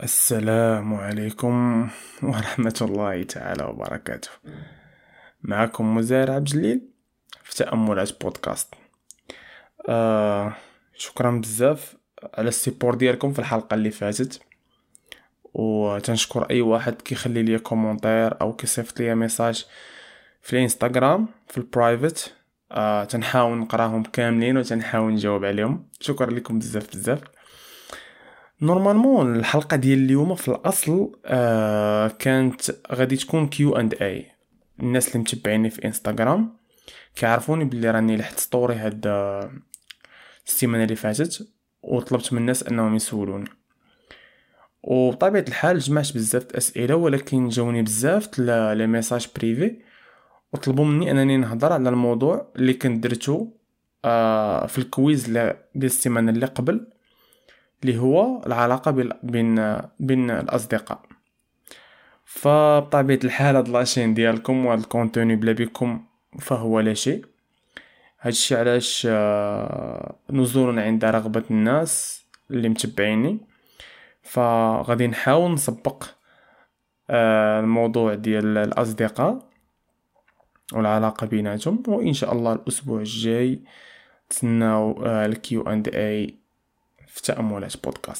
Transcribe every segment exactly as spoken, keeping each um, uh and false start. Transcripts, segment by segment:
السلام عليكم ورحمة الله تعالى وبركاته. معكم مزارع عبد الجليل في تأملات بودكاست. آه شكرا بزاف على السيبور ديالكم في الحلقة اللي فاتت، وتنشكر اي واحد كيخلي لي كومونتير او كيصيفط لي ميساج في الانستغرام في البرايفت. آه تنحاول نقراهم كاملين وتنحاول نجاوب عليهم. شكرا لكم بزاف بزاف. نورمالمون الحلقه ديال اليوم في الاصل آه كانت غادي تكون كيو اند اي. الناس اللي متبعيني في انستغرام كيعرفوني بلي راني لحت ستوري هاد آه، السيمانه اللي فاتت، وطلبت من الناس انهم يسولوني، وبطبيعه الحال جمعت بزاف اسئله، ولكن جاوني بزاف لي ميساج بريفي وطلبوا مني انني نهضر على الموضوع اللي كنت درتو آه في الكويز ل- ديال السيمانه اللي قبل، اللي هو العلاقة بين بين بين الأصدقاء. فبطبيعة الحال هاد لاشين ديالكم وهاد الكونتوني بلا بكم فهو لا شيء. هادشي علاش آه، نزول عند رغبة الناس اللي متبعيني، فغادي نحاول نسبق آه، الموضوع ديال الأصدقاء والعلاقة بيناتهم، وإن شاء الله الأسبوع الجاي تسناو الكيو اند اي في تأملات بودكاست.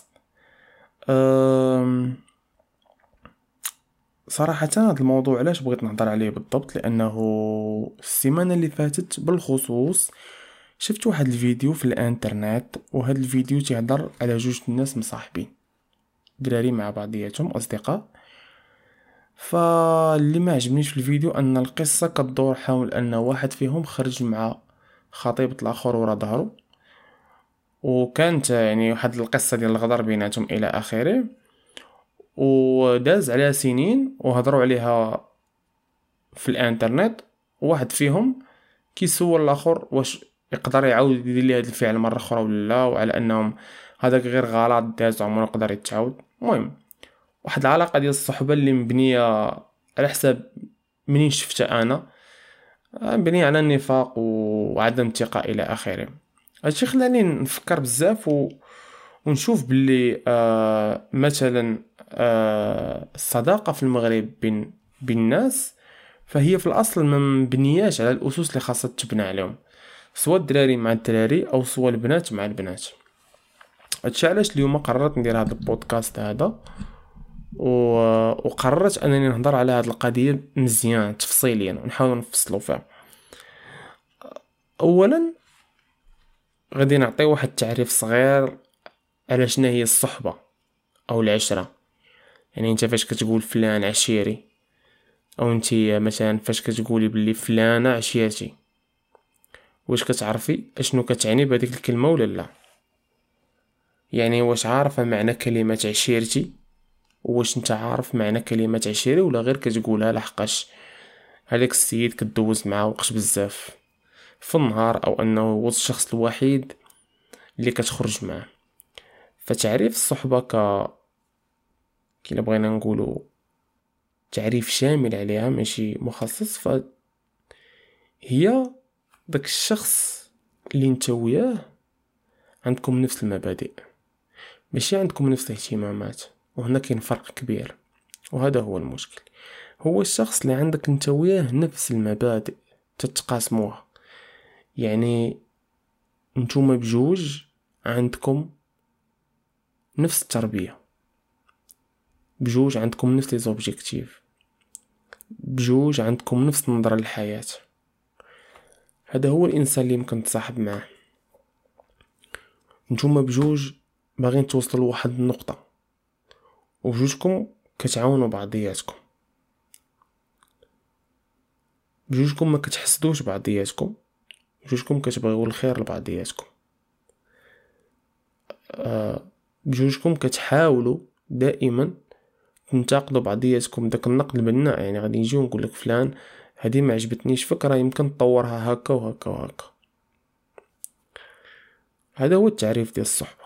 أم، صراحة هذا الموضوع علاش بغيت نهضر عليه بالضبط، لأنه السيمانة اللي فاتت بالخصوص شفت واحد الفيديو في الانترنت، وهذا الفيديو تيهضر على جوج الناس مصاحبين، دراري مع بعضياتهم أصدقاء. فاللي ما عجبنيش في الفيديو أن القصة كتدور حول أن واحد فيهم خرج مع خطيبة الآخر ورا ظهره، وكانت يعني واحد القصة ديال الغدر بيناتهم إلى آخره، وداز عليها سنين وهضروا عليها في الانترنت. واحد فيهم كيسول الاخر واش يقدر يعاود يدير لي هذا الفعل مره اخرى ولا لا، وعلى انهم هذاك غير غلط داز عمره يقدر يتعاود. المهم واحد العلاقه ديال الصحبه اللي مبنيه على حساب منين شفتها انا، مبنيه على النفاق وعدم الثقه الى اخره. هادشي خلاني نفكر بزاف و... ونشوف باللي آه مثلا آه الصداقه في المغرب بين بين الناس فهي في الاصل ما مبنياش على الاسس اللي خاصها تبنى عليهم، سواء الدراري مع الدراري او سواء البنات مع البنات. هادشي علاش اليوم قررت ندير هذا البودكاست هذا و... وقررت انني نهضر على هذه القضيه مزيان تفصيليا ونحاول نفصلوا فيها. اولا غادي نعطي واحد التعريف صغير على شنو هي الصحبه او العشره. يعني انت فاش كتقول فلان عشيري، او انت مثلا فاش كتقولي بلي فلانه عشيرتي، واش كتعرفي اشنو كتعني بهذيك الكلمه ولا لا؟ يعني واش عارفه معنى كلمه عشيرتي؟ واش انت عارف معنى كلمه عشيري ولا غير كتقولها لحقاش هذاك السيد كدوز معاه وقت بزاف في النهار، او انه هو الشخص الوحيد اللي كتخرج معاه؟ فتعريف الصحبه ك كلا بغينا نقولوا تعريف شامل عليها ماشي مخصص، فهي داك الشخص اللي انت وياه عندكم نفس المبادئ، ماشي عندكم نفس الاهتمامات، وهنا كاين فرق كبير. وهذا هو المشكل، هو الشخص اللي عندك انت وياه نفس المبادئ تتقاسموها. يعني نتوما بجوج عندكم نفس التربية، بجوج عندكم نفس لي زوبجيكتيف، بجوج عندكم نفس النظرة للحياة. هذا هو الانسان اللي يمكن تصاحب معه. نتوما بجوج باغيين توصلوا لواحد النقطة، وبجوجكم كتعاونوا بعضياتكم، بجوجكم ما كتحسدوش بعضياتكم، بجوجكم كتبغيو الخير لبعضياتكم، آه بجوجكم كتحاولوا دائما تنتقدوا بعضياتكم داك النقد البناء. يعني غادي نجي ونقول لك فلان هذه ما عجبتنيش، فكره يمكن تطورها هكا وهكا وهكا. هذا هو التعريف ديال الصحبه.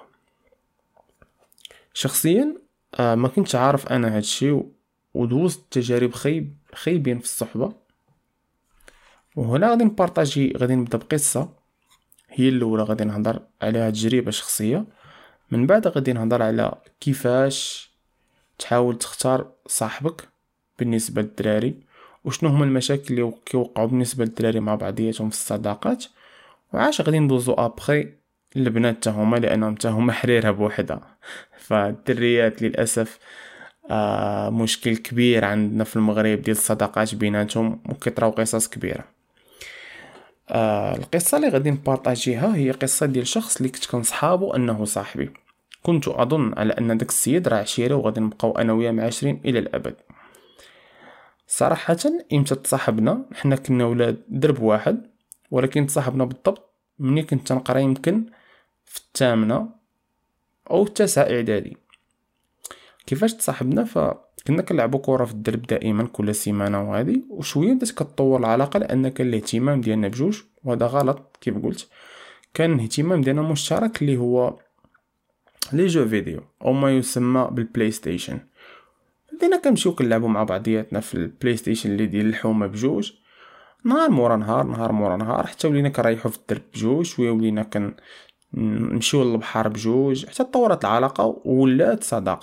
شخصيا آه ما كنتش عارف انا هادشي و- ودوزت تجارب خيب خيبين في الصحبه. وهنا غادي نبارطاجي، غادي نبدا بقصه هي الاولى، غادي نهضر عليها تجربه شخصيه، من بعد غادي نهضر على كيفاش تحاول تختار صاحبك بالنسبه للدراري، وشنو هما المشاكل اللي كيوقعوا بالنسبه للدراري مع بعضياتهم في الصداقات، وعاش غادي ندوزو ابخي البنات حتى هما لانهم حتى هما حريره بوحدها. فالدريات للاسف آه مشكل كبير عندنا في المغرب ديال الصداقات بيناتهم، وكيطراو قصص كبيره. آه القصه اللي غادي نبارطاجيها هي قصه ديال شخص اللي كنت كنصحابو انه صاحبي. كنت اظن على ان داك السيد راه عشيره وغادي نبقاو انا وياه معاشرين الى الابد. صراحه امتى تصاحبنا؟ حنا كنا ولاد درب واحد، ولكن تصاحبنا بالضبط ملي كنت نقرا يمكن في الثامنه او التاسعه اعدادي. كيفاش تصاحبنا؟ فكنا كنلعبوا كره في الدرب دائما كل سيمانه، وهذه وشويه بدات كتطور العلاقه لان كان الاهتمام ديالنا بجوج، وهذا غلط كيف قلت. كان الاهتمام ديالنا مشترك اللي هو لي جو فيديو او ما يسمى بالبلاي ستيشن. بدينا كنمشيو كنلعبوا مع بعضياتنا في البلاي ستيشن اللي ديال الحومه بجوج، نهار مورا نهار نهار مورا نهار، حتى ولينا كنريحوا في الدرب بجوج، شويه ولينا كن نمشيو للبحر بجوج، حتى تطورت العلاقه وولات صداقه.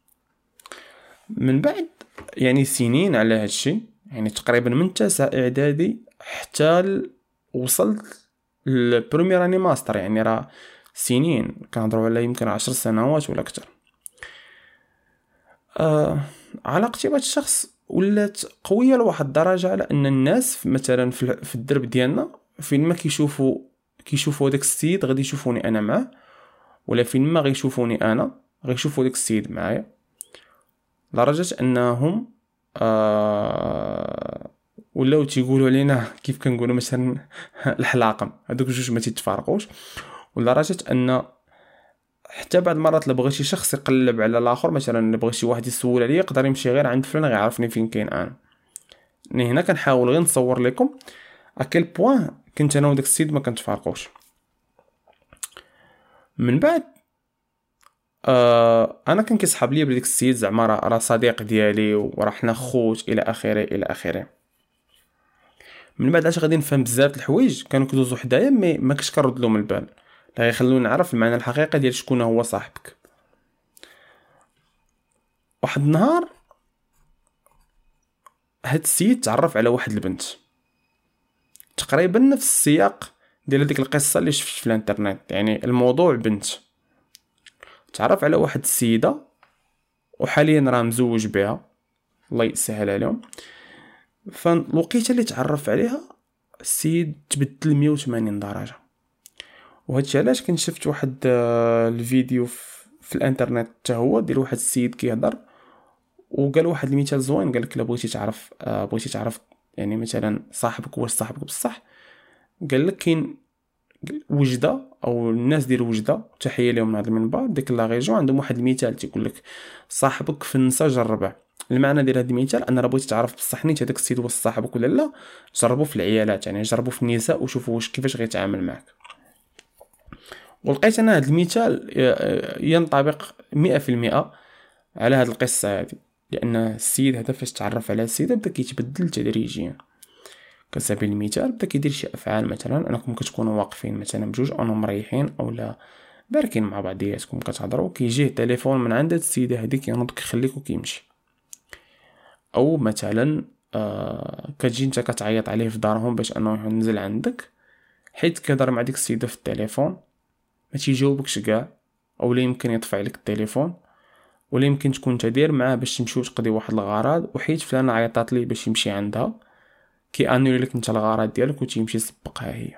من بعد يعني سنين على هادشي، يعني تقريبا من تاسع اعدادي حتى ل... وصلت للبريمير اني ماستر، يعني راه سنين كنهضروا على يمكن عشر سنوات ولا اكثر. آه علاقتي بهاد الشخص ولات قويه لواحد الدرجه، على ان الناس مثلا في الدرب ديالنا فين ما كيشوفوا كيشوفوا داك السيد غادي يشوفوني انا معاه، ولا فين ما غيشوفوني انا غيشوفوا داك السيد معايا، لدرجه انهم آه ولاو تيقولوا علينا كيف كنقولوا مثلا الحلاقم، هذوك جوج ما تيتفارقوش. ولدرجه ان حتى بعض المرات الا بغى شي شخص يقلب على الاخر، مثلا الا بغى شي واحد يسول عليا يقدر يمشي غير عند فلان غيعرفني فين كاين انا. هنا كنحاول غير نصور لكم اكل بوين كنت انا وداك السيد ما كنتفارقوش. من بعد آه انا كان كيسحب لي بديك السيد زعما راه صديق ديالي وراه حنا خوت الى اخره الى اخره. من بعد علاش غادي نفهم بزاف الحوايج كانوا كيدوزو حدايا مي ما كنتش كنرد لهم البال، لا يخلوني نعرف المعنى الحقيقي ديال شكون هو صاحبك. واحد النهار هاد السيد تعرف على واحد البنت، تقريبا نفس السياق ديال ديك القصه اللي شفت في الانترنت، يعني الموضوع بنت تعرف على واحد السيده وحاليا راه مزوج بها الله يسهل عليهم. فالوقيته اللي تعرف عليها السيد تبدل مية وثمانين درجه، وهادشي علاش كنت شفت واحد الفيديو في الانترنت حتى هو ديال واحد السيد كيهضر وقال واحد المثال زوين، قال لك الا بغيتي تعرف بغيتي تعرف يعني مثلا صاحبك واش صاحبك بصح، قال لك كاين وجده او الناس ديال وجده تحيه لهم من هذا المنبر ديك لا ريجون عندهم واحد المثال تيقول لك صاحبك في النساء جربه. المعنى ديال هذا المثال ان راه بغيتي تعرف بصح نيت هذاك السيد واش صاحبك ولا لا، جربوا في العيالات، يعني جربوا في النساء وشوفوا واش كيفاش غيتعامل معك. ولقيت انا هذا المثال ينطبق مئة في المئة على هذه القصه هذه، لان السيد هذا فاش تعرف على السيده بدا كيتبدل تدريجيا. كسبيل المثال بدا كيدير شي افعال، مثلا انكم كتكونوا واقفين مثلا بجوج او مريحين او لا باركين مع بعضياتكم كتهضروا، كيجيه تليفون من عند السيده هذيك ينوض كيخليك وكيمشي. او مثلا آه كتجي انت كتعيط عليه في دارهم باش انه ينزل عندك، حيت كيهضر مع ديك السيده في التليفون ما تيجاوبكش كاع، او لا يمكن يطفع لك التليفون، ولا يمكن تكون تدير معاه باش تمشيو تقضي واحد الغرض، وحيت فلانه عيطات لي باش يمشي عندها كي انولي لك انت الغرض ديالك وتيمشي يسبقها هي.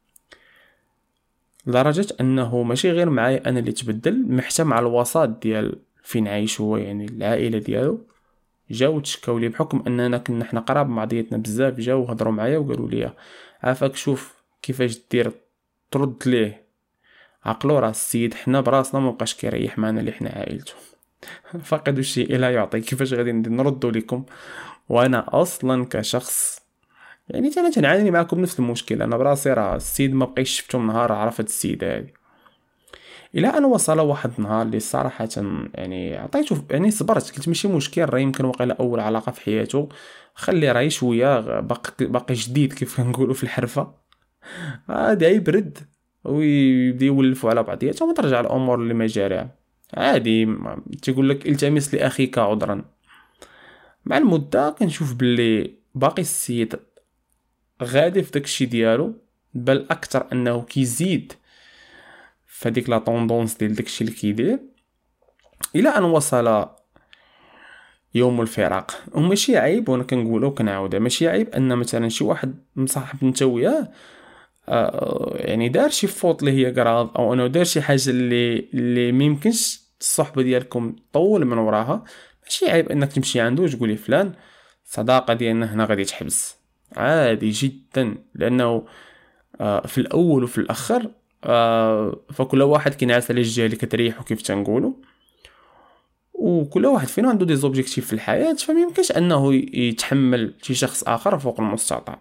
لدرجه انه ماشي غير معايا انا اللي تبدل، حتى مع الوسط ديال فين عايش هو، يعني العائله ديالو جاو تشكاو لي بحكم اننا كنا حنا قراب مع بعضياتنا بزاف، جاو هضروا معايا وقالوا لي عافاك شوف كيفاش دير ترد ليه، عقلو راه السيد حنا براسنا ما بقاش كيريح معنا اللي حنا عائلته. فقد الشيء لا يعطي، كيفاش غادي نردوا لكم وانا اصلا كشخص يعني انا تنعاني معكم نفس المشكل، انا براسي راه السيد ما بقيتش شفتو من نهار عرفت السيده هذه. الى ان وصل واحد النهار اللي صراحه يعني عطيته يعني صبرت، قلت ماشي مشكل راه يمكن وقيله اول علاقه في حياته، خلي راهي شويه باقي باقي جديد كيف كنقولوا في الحرفه، هذا يبرد ويبدا يولفوا على بعضياتهم وترجع الامور اللي ما جارها. عادي، ما- تيقول لك التمس لاخيك عذرا. مع المده كنشوف باللي باقي السيد غادي في داكشي ديالو، بل اكثر انه كيزيد فديك لا طوندونس ديال داكشي اللي كيدير، الى ان وصل يوم الفراق. وماشي عيب، وانا كنقولها وكنعاودها، ماشي عيب ان مثلا شي واحد مصاحب انت وياه آه، يعني دار شي فوت اللي هي كراف، او انه دار شي حاجه اللي اللي ميمكنش الصحبه ديالكم طول من وراها، ماشي عيب انك تمشي عنده وتقولي فلان الصداقه ديالنا هنا غادي تحبس. عادي جدا، لانه آه، في الاول وفي الاخر آه، فكل واحد كينعس على الجهه اللي كتريحو كيف تنقولوا، وكل واحد فينا عنده دي زوبجيكتيف في الحياه، فما يمكنش انه يتحمل شي شخص اخر فوق المستطاع.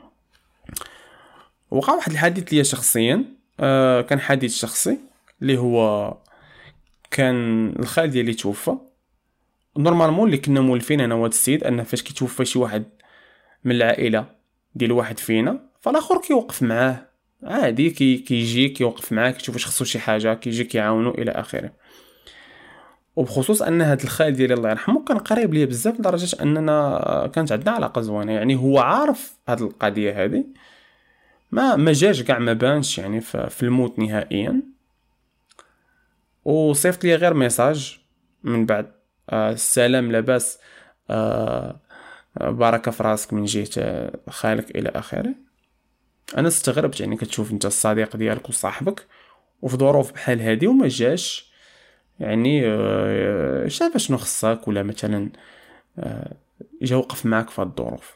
وقع واحد الحديث ليا شخصيا، آه كان حديث شخصي اللي هو كان الخال ديالي توفى. نورمالمون اللي كنا مولفين انا وهاد السيد ان فاش كيتوفى شي واحد من العائله ديال واحد فينا، فالاخر كيوقف معاه عادي، كي كيجي كيوقف معاه، كيشوف واش خصو شي حاجه، كيجي كيعاونو الى اخره. وبخصوص ان هاد الخال ديالي الله يرحمه كان قريب ليا بزاف لدرجه اننا كانت عندنا علاقه زوينه، يعني هو عارف هاد القضيه هذه، ما ما جاش كاع ما بانش يعني ف- في الموت نهائيا. وصيفط لي غير ميساج من بعد، آه السلام لاباس، آه آه، بارك في راسك من جهة آه، خالك الى اخره. انا استغربت، يعني كتشوف انت الصديق ديالك وصاحبك وفي ظروف بحال هذه وما جاش، يعني آه، شاف شنو خصك، ولا مثلا آه، جا وقف معك في هاد الظروف.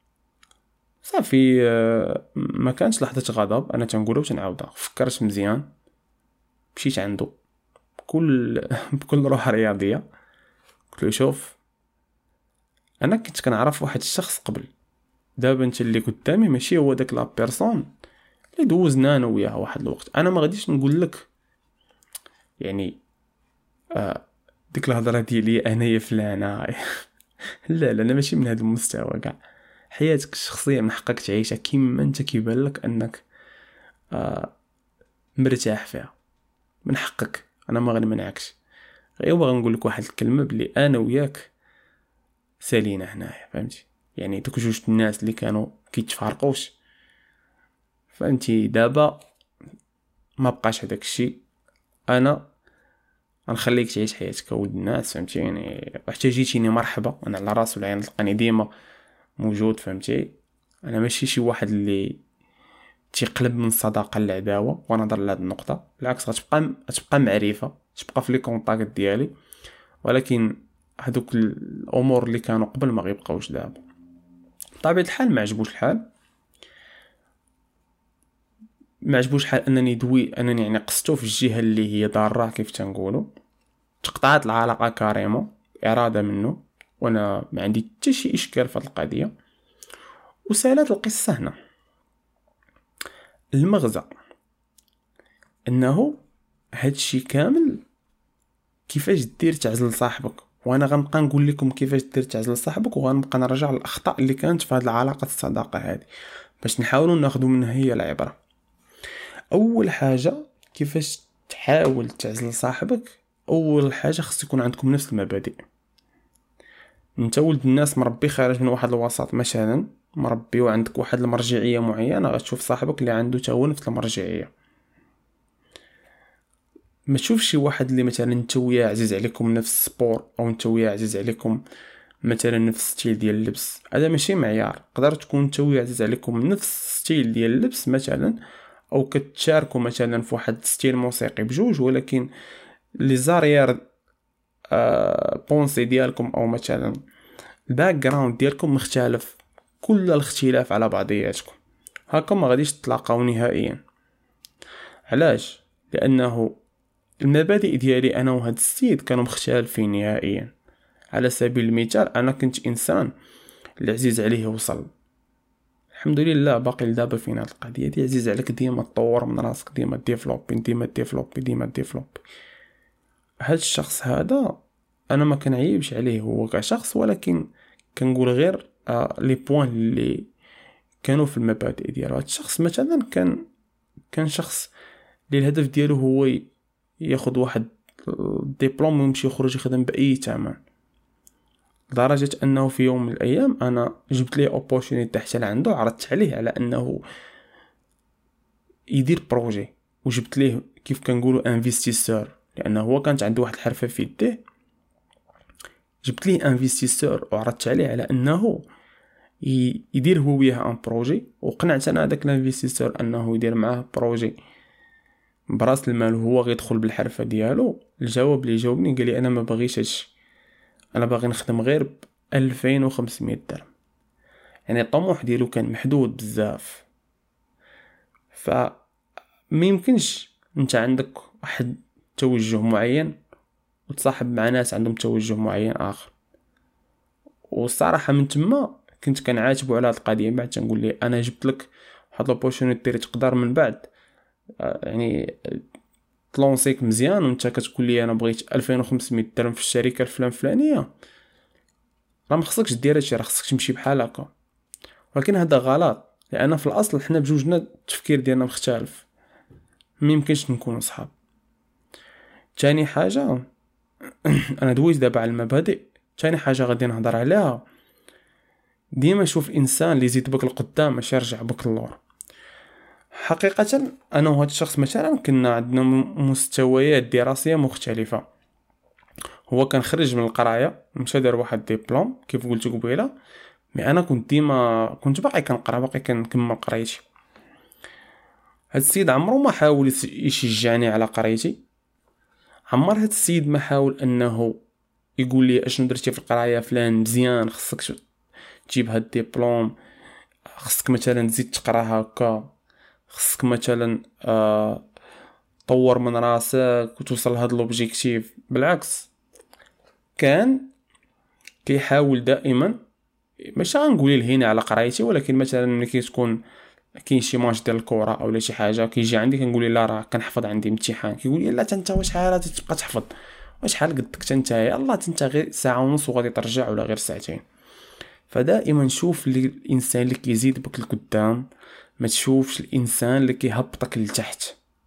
صافي آه، ما كانش لحظة غضب، انا تنقولها وتنعاودها، فكرت مزيان، مشيت عنده بكل بكل روح رياضية، قلت له شوف، انا كنت كنعرف واحد الشخص قبل، دابا انت اللي قدامي ماشي هو داك لا بيرسون اللي دوزنا انا وياها واحد الوقت. انا ما غاديش نقول لك يعني آه ديك الهضره ديالي انايا فلانه لا لا، انا ماشي من هذا المستوى كاع. حياتك الشخصيه من حقك تعيشها كيما انت كيبان لك انك آه مرتاح فيها، من حقك، انا ما غنمنعكش. غير غنقول لك واحد الكلمه بلي انا وياك سالينا هنايا، فهمتي؟ يعني دوك جوج الناس اللي كانوا كيتفارقوش، فهمتي؟ دابا ما بقاش هداك الشيء، انا غنخليك تعيش حياتك ولد الناس، فهمتيني؟ وحتى جيتيني مرحبا، انا على راس والعين تلقاني ديما موجود، فهمتي؟ انا ماشي شي واحد اللي تيقلب من الصداقه للعداوه، ونظر لهاد النقطه بالعكس، غتبقى غتبقى معرفه، تبقى في لي كونطاكت ديالي، ولكن هادوك الامور اللي كانوا قبل ما غيبقاوش دابا. بطبيعه الحال ما عجبوش الحال، ما عجبوش الحال انني دوي انني يعني قصتو في الجهه اللي هي ضاره كيف تنقولوا، تقطعت العلاقه كاريمون اراده منه، وانا ما عندي حتى شي اشكال في هذه القضيه. وسالات القصه هنا، المغزى انه هادشي كامل كيفاش دير تعزل صاحبك، وانا غنبقى نقول لكم كيفاش دير تعزل صاحبك، وغنبقى نرجع للاخطاء اللي كانت في هذه العلاقه الصداقه هذه باش نحاولوا ناخذوا منها هي العبره. اول حاجه كيفاش تحاول تعزل صاحبك، اول حاجه خص يكون عندكم نفس المبادئ. انت ولد الناس مربي خارج من واحد الوسط مثلا، مربي وعندك واحد المرجعيه معينه، غتشوف صاحبك اللي عنده تا هو نفس المرجعيه. ما تشوفش شي واحد اللي مثلا انت وياه عزيز عليكم نفس السبور، او انت وياه عزيز عليكم مثلا نفس ستيل ديال اللبس، هذا ماشي معيار. قدر تكون انت وياه عزيز عليكم نفس ستيل ديال اللبس مثلا، او كتشاركوا مثلا في واحد ستيل موسيقي بجوج، ولكن لي زاريير آه بونسي ديالكم او مثلا الباك جراوند ديالكم مختلف، كل الاختلاف على بعضياتكم، هاكا ما غاديش تلاقاو نهائيا. علاش؟ لانه المبادئ ديالي انا وهاد السيد كانوا مختلفين نهائيا. على سبيل المثال، انا كنت انسان اللي عزيز عليه يوصل، الحمد لله باقي لدابا فينا هاد القضيه دي، عزيز عليك ديما تطور من راسك، ديما ديفلوبي ديما ديفلوبي ديما ديفلوبي. هاد الشخص هذا انا ما كنعيبش عليه هو كشخص، ولكن كنقول غير آه لي بوين اللي كانوا في المبادئ ديالو. هاد الشخص مثلا كان كان شخص اللي الهدف ديالو هو ياخذ واحد الدبلوم ويمشي يخرج يخدم باي ثمن، لدرجه انه في يوم من الايام انا جبت ليه اوبورتونيتي حتى لعنده، عرضت عليه على انه يدير بروجي، وجبت ليه كيف كنقولوا انفستيسور، لانه هو كانت عنده واحد الحرفه في يديه. جبت ليه انفستيسور وعرضت عليه على انه يدير هو وياه ان بروجي، وقنعت انا هذاك الانفستيسور انه يدير معاه بروجي براس المال وهو غيدخل بالحرفه ديالو. الجواب اللي جاوبني قال لي انا ما باغيش هادشي، انا باغي نخدم غير ب ألفين وخمسمية درهم. يعني الطموح ديالو كان محدود بزاف. ف ما يمكنش انت عندك واحد توجه معين وتصاحب مع ناس عندهم توجه معين اخر. والصراحه من تما كنت كنعاتبو على هاد القضيه، بعد تنقول ليه انا جبت لك واحد لوبورتونيتي تقدر من بعد يعني تلونسيك مزيان، وانت كتقول لي انا بغيت ألفين وخمسمية درهم في الشركه الفلان فلانيه. راه ما خصكش دير هادشي، راه خصك تمشي بحال هكا. ولكن هذا غلط، لان في الاصل حنا بجوجنا التفكير ديالنا مختلف، ما يمكنش نكونوا صحاب. ثاني حاجه انا دويت دابا على المبادئ. ثاني حاجه غادي نهضر عليها، ديما شوف الانسان اللي يزيد بك القدام ماشي يرجع بك اللور. حقيقه انا وهذا الشخص مثلا كنا عندنا مستويات دراسيه مختلفه. هو كان خرج من القرايه مشى دار واحد ديبلوم كيف قلت قبيله، مي انا كنت ديما كنت باقي كنقرا باقي كنكمل قرايتي. هاد السيد عمره ما حاول يشجعني على قرايتي، عمر هاد السيد ما حاول انه يقول لي اشنو درتي في القرايه فلان مزيان خصك تجيب هاد الدبلوم، خصك مثلا تزيد تقرا هكا، خصك مثلا آه طور من راسك وتوصل لهاد لوبجيكتيف. بالعكس كان كيحاول دائما، ماشي غنقول لهيني على قرايتي، ولكن مثلا ملي كتكون كاين شي ماتش ديال الكره اولا شي حاجه كيجي عندي كنقول لي لا راه كنحفظ عندي امتحان، كيقول لي لا حتى انت واش حال تبقى تحفظ، واش حال قدك حتى انت يلاه انت غير ساعه ونص وغادي ترجع ولا غير ساعتين. فدائما شوف لي الانسان اللي كيزيد بك لقدام، ما تشوفش الانسان اللي كيهبطك لتحت.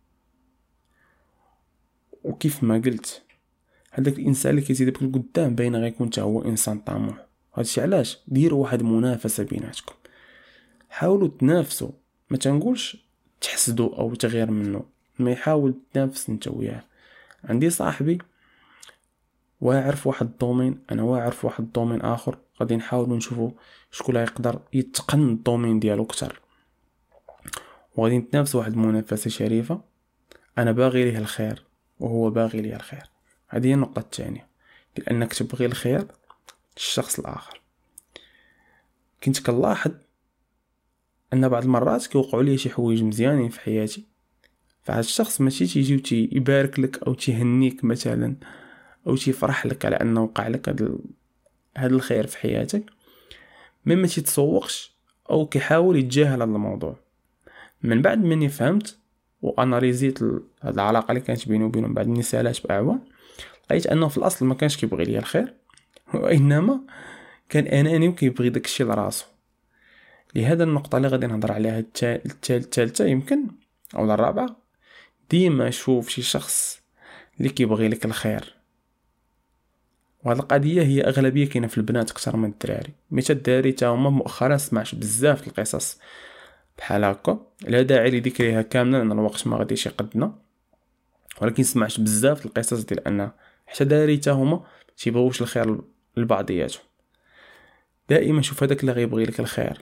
وكيف ما قلت هذاك الانسان اللي كيزيد بك لقدام باين غيكون حتى هو انسان طموح. هادشي علاش ديروا واحد المنافسه بيناتكم، حاولوا تنافسوا، ما تنقولش تحسدوا او تغير منه، ما يحاول تنافس انت وياه. عندي صاحبي واعرف واحد الدومين، انا واعرف واحد الدومين اخر، غادي نحاولوا نشوفوا شكون اللي يقدر يتقن الدومين ديالو اكثر، وغادي نتنافسوا واحد المنافسه شريفه. انا باغي ليه الخير وهو باغي لي الخير. هذه هي النقطه الثانيه، لانك تبغي الخير للشخص الاخر. كنت كنلاحظ ان بعض المرات كيوقعوا لي شي حوايج مزيانين في حياتي، فهاد الشخص ماشي تيجي وتي يبارك لك او تيهنيك مثلا او تيفرح لك على انه وقع لك هاد هاد الخير في حياتك، مما تيتسوقش او كيحاول يتجاهل هذا الموضوع. من بعد مني فهمت واناليزيت هاد العلاقه اللي كانت بيني وبينه بعد مني سالات باعوام، لقيت انه في الاصل ما كانش كيبغي لي الخير، وانما كان اناني وكيبغي داكشي لراسو. لهذا النقطه اللي غادي نهضر عليها الثالثه يمكن او الرابعه، ديما شوف شي شخص اللي كيبغي لك الخير. وهذه القضيه هي اغلبيه كاينه في البنات اكثر من الدراري. متى الدراري تا هما مؤخرا سمعش بزاف القصص بحال هكا، لا داعي لذكرها كاملا لان الوقت ما غاديش يقدنا، ولكن سمعت بزاف القصص ديال ان حتى الدراري تا هما تيبغيوش الخير لبعضياتهم. دائما شوف هذاك اللي غيبغي لك الخير،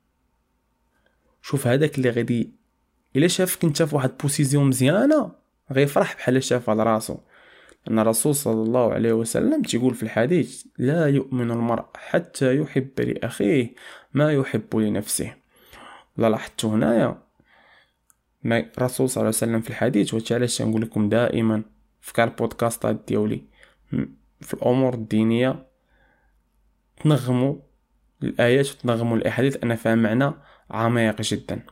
شوف هذاك اللي غادي الا شافك انت في واحد بوزيسيون مزيانه غيفرح بحال شاف على راسو. ان الرسول صلى الله عليه وسلم تيقول في الحديث لا يؤمن المرء حتى يحب لاخيه ما يحب لنفسه. لا لاحظت هنايا ما الرسول صلى الله عليه وسلم في الحديث، وهادشي علاش نقول لكم دائما في كار بودكاستات ديالي في الامور الدينيه تنغموا الايات وتنغموا الاحاديث انا فاهم معنى عميق جدا.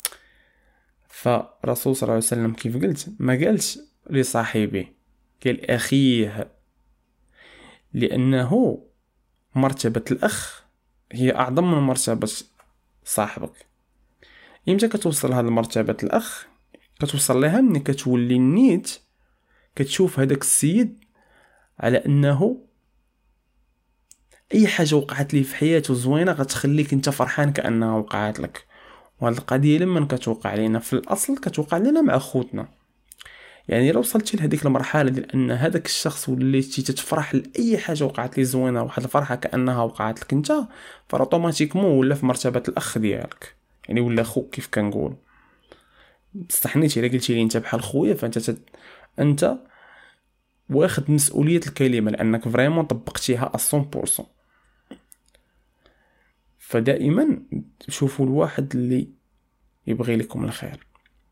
فالرسول صلى الله عليه وسلم كيف قلت ما قالش لصاحبه، قال اخيه، لانه مرتبه الاخ هي اعظم من مرتبه صاحبك. امتى كتوصل هذه المرتبه الاخ؟ كتوصل لها ملي كتولي النيت كتشوف هذاك السيد على انه اي حاجه وقعت ليه في حياته زوينه غتخليك انت فرحان كانها وقعت لك. وهاد القضيه لما كتوقع لينا في الاصل كتوقع لنا مع خوتنا. يعني لو وصلتي لهذيك المرحله ديال ان هذاك الشخص وليتي تتفرح لاي حاجه وقعت ليه زوينه واحد الفرحه كانها وقعت لك انت، فاوتوماتيكمون ولا في مرتبه الاخ ديالك، يعني ولا خوك كيف كنقول. استحنيتي الا قلتي لي انت بحال خويا فانت تت... انت واخد مسؤوليه الكلمه لانك فريمون طبقتيها مية بالمية. فدائما شوفوا الواحد اللي يبغي لكم الخير.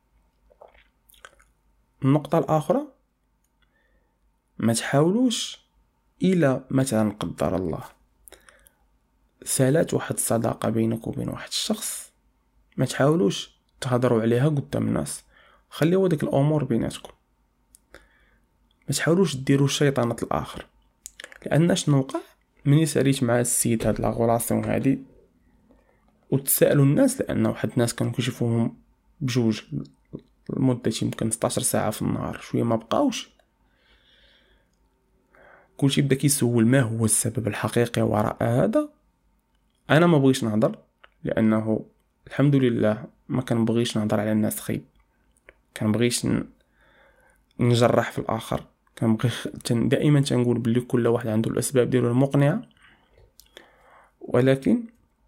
النقطه الاخرى، ما تحاولوش الى مثلا قدر الله سالات واحد الصداقه بينك وبين واحد الشخص، ما تحاولوش تهضروا عليها قدام الناس، خليوا ديك الامور بيناتكم. ما تحاولوش ديروا شيطانه الاخر، لان شنو وقع مني ساليت مع السيد هاد لا غولاسيون هادي وتسالوا الناس، لان واحد الناس كانوا كيشوفوهم بجوج لمده يمكن ستاشر ساعه في النهار، شويه ما بقاوش. كلشي بدا كيسول ما هو السبب الحقيقي وراء هذا. انا ما بغيش نهضر لانه الحمد لله ما كنبغيش نهضر على الناس خيب، كنبغيش نجرح في الاخر، كنبغي دائما تنقول بلي كل واحد عنده الاسباب ديالو المقنعه، ولكن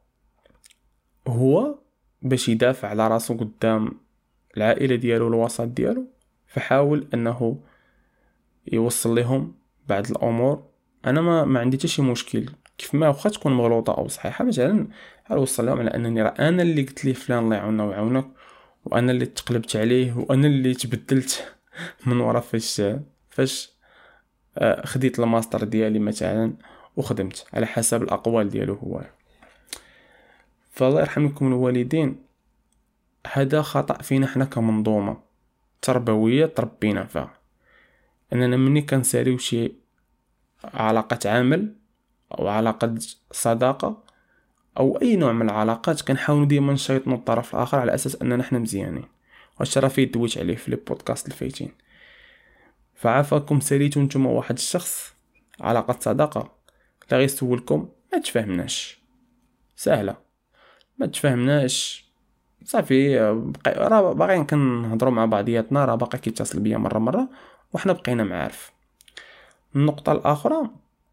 هو باش يدافع على راسو قدام العائله ديالو والوسط ديالو فحاول انه يوصل لهم بعض الامور. انا ما ما عندي حتى شي مشكل كيف ما واخا تكون مغلوطه او صحيحه، مثلا حاول اوصل لهم على انني راه انا اللي قلت ليه فلان الله يعاوننا ويعاونك، وانا اللي تقلبت عليه، وانا اللي تبدلت من ورا فاش فاش خديت الماستر ديالي مثلا وخدمت على حسب الاقوال ديالو هو. فالله يرحم لكم الوالدين، هذا خطا فينا حنا كمنظومه تربويه تربينا فيها، اننا مني كنساليو شي علاقه عمل او علاقه صداقه او اي نوع من العلاقات كنحاولوا ديما نشيطنوا الطرف الاخر على اساس اننا حنا مزيانين. واش راه فيه دويت عليه في لي بودكاست الفايتين. فعافاكم ساليتو نتوما واحد الشخص علاقه صداقه لا غير سولكم ما تفاهمناش، سهله ما تفاهمناش صافي، راه باغيين كنهضروا مع بعضياتنا، راه باقي كيتصل بيا مره مره وحنا بقينا معارف. النقطه الاخرى،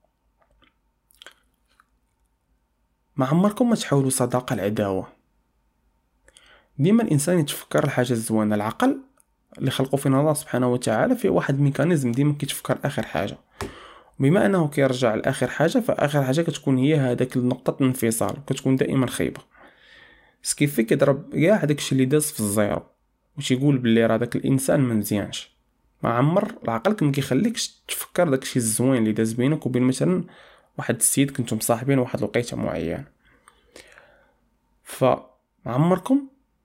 ما عمركم ما تحاولوا صداقه العداوه. ديما الانسان يتفكر الحاجه الزوينه، العقل اللي خلقوا فينا الله سبحانه وتعالى في واحد ميكانيزم ديما كيتفكر اخر حاجه، بما انه كيرجع لاخر حاجه فاخر حاجه كتكون هي هذاك النقطه الانفصال، كتكون دائما خايبه. سكيفي كيضرب كاع هذاك الشيء اللي داز في الزيرو وتيقول بلي راه داك الانسان ما مزيانش. ما عمر العقل ما كيخليكش تفكر داك الشيء الزوين اللي داز بينك وبين مثلا واحد السيد كنتم مصاحبين واحد الوقيته معين. فعمركم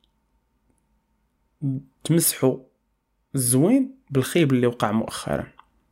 تمسحوا الزوين بالخيب اللي وقع مؤخرا.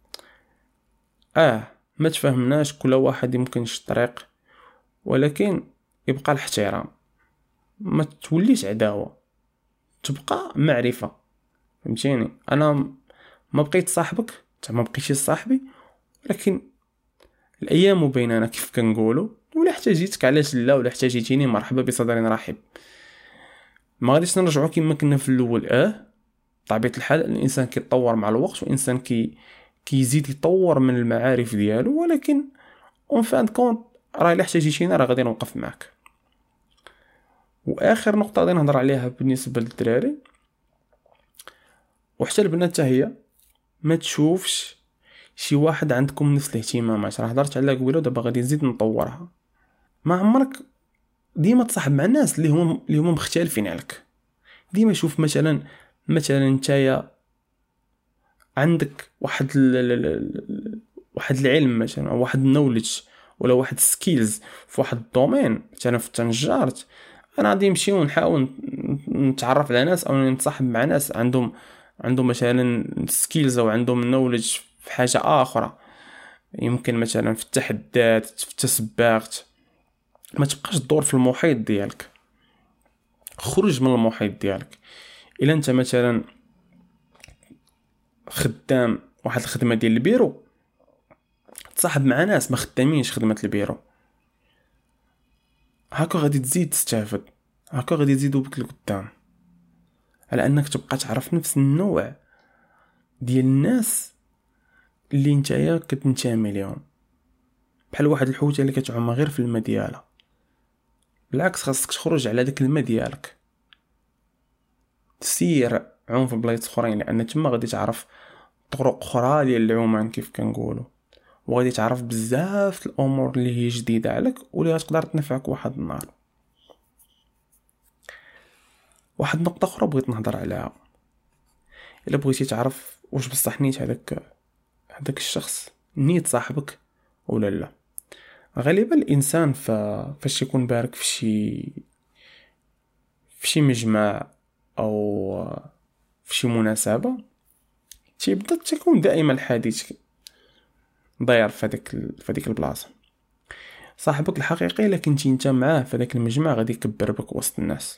اه ما تفهمناش، كل واحد يمكن شي طريق، ولكن يبقى الاحترام، ما توليش عداوه، تبقى معرفه. فهمتيني؟ انا ما بقيت صاحبك انت ما بقيتيش صاحبي، ولكن الايام بيننا كيف كنقولوا، ولا احتاجيتك علاش لا، ولا احتاجيتيني مرحبا بصدر رحب. ما غاديش نرجعوا كما كنا في الاول. اه طبيعه الحال الانسان كيتطور مع الوقت، والانسان كي كيزيد يطور من المعارف ديالو، ولكن اون فان كونت راه الا احتاجيتيني راه غادي نوقف معك. واخر نقطه غادي نهضر عليها بالنسبه للدراري وحتى البنات حتى هي، ما تشوفش شي واحد عندكم نفس الاهتمامات. راه هضرت عليها قبيله ودابا غادي نزيد نطورها. ما عمرك ديما تصاحب مع الناس اللي هما اللي هما مختلفين عليك. ديما شوف مثلا مثلا نتايا عندك واحد ال... واحد العلم مثلا او واحد النولج ولا واحد سكيلز في واحد الدومين، مثلا في التنجارت، انا غادي نمشي ونحاول نتعرف على ناس او نتصاحب مع ناس عندهم عندهم مثلا سكيلز او عندهم نولج في حاجه اخرى، يمكن مثلا في التحديات في التسباغت. ما تبقاش تدور في المحيط ديالك، خرج من المحيط ديالك. الا انت مثلا خدام واحد الخدمه ديال البيرو تصاحب مع ناس ما خدامينش خدمه البيرو، هكا غادي تزيد تستافد، هكا غادي تزيدو بك لقدام، على انك تبقى تعرف نفس النوع ديال الناس اللي نتايا كتنتمي ليهم، بحال واحد الحوته اللي كتعوم غير في الماء ديالها. بالعكس خاصك تخرج على داك الماء ديالك، تسير عوم في بلايص اخرين، لان تما غادي تعرف طرق اخرى ديال العومان كيف كنقولوا، وغادي تعرف بزاف الامور اللي هي جديده عليك واللي غتقدر تنفعك واحد النهار. واحد النقطه اخرى بغيت نهضر عليها، الا بغيتي تعرف واش بصح نيت هذاك هذاك الشخص نيت صاحبك ولا لا. غالبا الانسان ف... فاش يكون بارك في شي في شي مجمع او في شي مناسبه، تيبدا تكون دائما الحديث داير في هذيك في هذيك البلاصه. صاحبك الحقيقي الا كنتي انت معاه في هذاك المجمع غادي يكبر بك وسط الناس.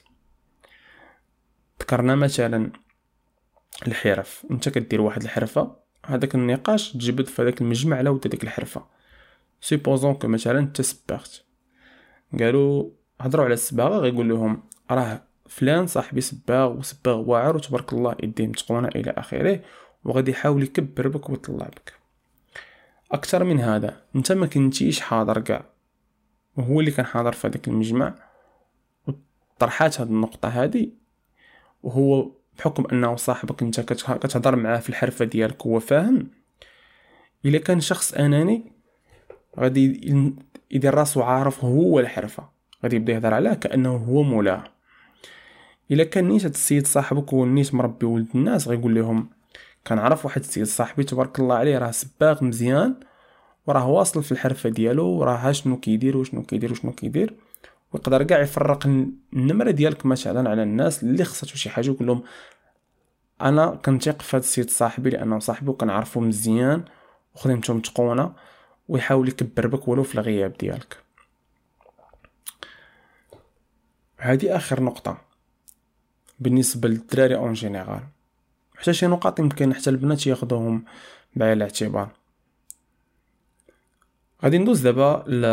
ذكرنا مثلا الحرف، انت كدير واحد الحرفه، هذاك النقاش تجبد في هذاك المجمع على ود هذيك الحرفه. سيبوزون كو مثلا انت سباغت، قالوا هضروا على الصباغه، غيقول لهم راه فلان صاحبي صباغ وصباغ واعر وتبارك الله يديه متقونه الى اخره، وغادي يحاول يكبر بك ويطلع بك. اكثر من هذا انت ما كنتيش حاضر كاع، وهو اللي كان حاضر في هذاك المجمع وطرحات هذه النقطه هذه، وهو بحكم انه صاحبك انت كتهضر معاه في الحرفه ديالك هو فاهم. الا كان شخص اناني غادي يدير راسو عارف هو الحرفه، غادي يبدا يهضر عليها كانه هو مولاه. الا كان نيت هاد السيد صاحبك هو نيت مربي ولد الناس، غيقول لهم كنعرف واحد السيد صاحبي تبارك الله عليه راه سباغ مزيان وراه واصل في الحرفه ديالو وراه شنو كيدير وشنو كيدير وشنو كيدير، ويقدر كاع يفرق النمره ديالك مثلا على الناس اللي خصاتو شي حاجه، يقول لهم انا كنثيق في هاد السيد صاحبي لانه صاحبي وكنعرفو مزيان وخدمته متقونه، ويحاول يكبر بك ولو في الغياب ديالك. هذه اخر نقطه بالنسبه للدراري اون جينيرال، حتى شي نقاط يمكن حتى البنات ياخذوهم بعين الاعتبار. غادي ندوز دابا ل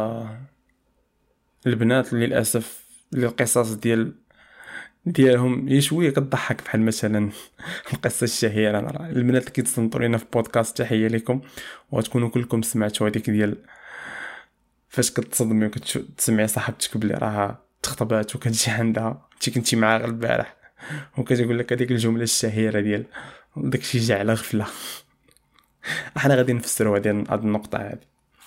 البنات اللي للاسف اللي القصص ديال ديالهم هي شويه كتضحك، بحال مثلا القصه الشهيره البنات اللي كيتصنتوا لينا في بودكاست، تحيه لكم، وغتكونوا كلكم سمعتوا هذيك ديال فاش كتصدمي وكتسمعي صاحبتك بلي راها تخطبات وكتجي عندها انت كنتي معاها غير البارح، وكتقول لك هذيك الجمله الشهيره ديال داكشي جا على غفله. احنا غادي نفسروا هذه النقطه هذه.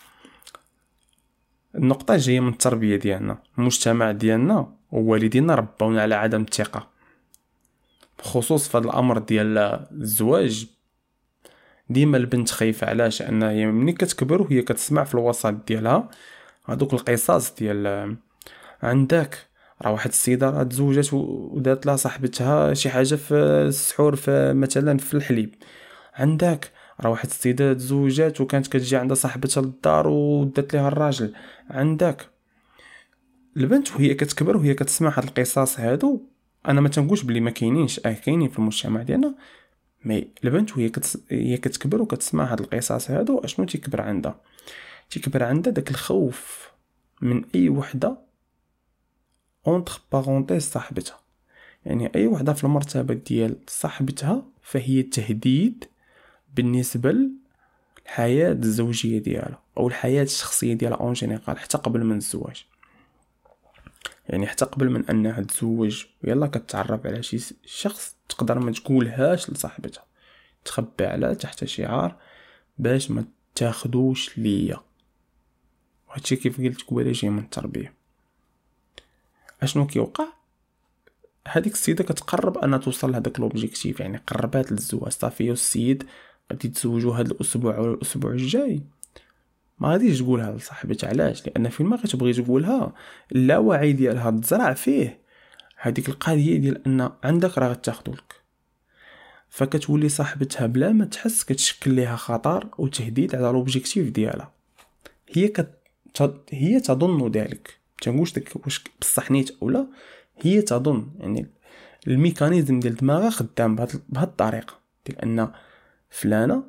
النقطه جايه من التربيه ديالنا، المجتمع ديالنا ووالدينا ربونا على عدم الثقه، بخصوص في هذا الامر ديال الزواج. ديما البنت خايفه، علاش؟ انها هي ملي كتكبر وهي كتسمع في الوسط ديالها هذوك القصص ديال عندك راه واحد السيده راه تزوجت ودات لها صاحبتها شي حاجه في السحور، في مثلا في الحليب. عندك راه واحد السيده تزوجات وكانت كتجي عندها صاحبتها للدار ودات ليها الراجل. عندك البنت وهي كتكبر وهي كتسمع هاد القصص هادو، انا ما تنقولش بلي ما كاينينش، اه كاينين في المجتمع ديالنا، مي البنت وهي كتس... هي كتكبر وكتسمع هاد القصص هادو، اشنو تيكبر عندها؟ تيكبر عندها داك الخوف من اي وحده اونتر بارونتيز صاحبتها، يعني اي وحده في المرتبه ديال صاحبتها فهي تهديد بالنسبه للحياه الزوجيه ديالها او الحياه الشخصيه ديالها اون جينيرال، حتى قبل من الزواج. يعني حتى قبل من انها تزوج يلا كتعرف على شي شخص تقدر ما تقولهاش لصاحبتها، تخبي على تحت شعار باش ما تاخدوش ليا. وهادشي كيف قلت قبيله جاي من التربيه. اشنو كيوقع؟ هذيك السيده كتقرب انها توصل لهداك لوبجيكتيف، يعني قربات للزواج صافي، والسيد غادي تزوجوا هذا الاسبوع او الاسبوع الجاي. ما غاديش تقولها لصاحبتها، علاش؟ لان فين ما غتبغي تقولها اللاوعي ديالها تزرع فيه هذيك القضيه ديال ان عندك راه غتاخذوا لك، فكتولي صاحبتها بلا ما تحس كتشكل ليها خطر وتهديد على لوبجيكتيف ديالها. هي كت... هي تظن ذلك، تنقولش داك واش بصح نيت اولا، هي تظن، يعني الميكانيزم ديال دماغها خدام بهاد بهاد الطريقه ديال ان فلانه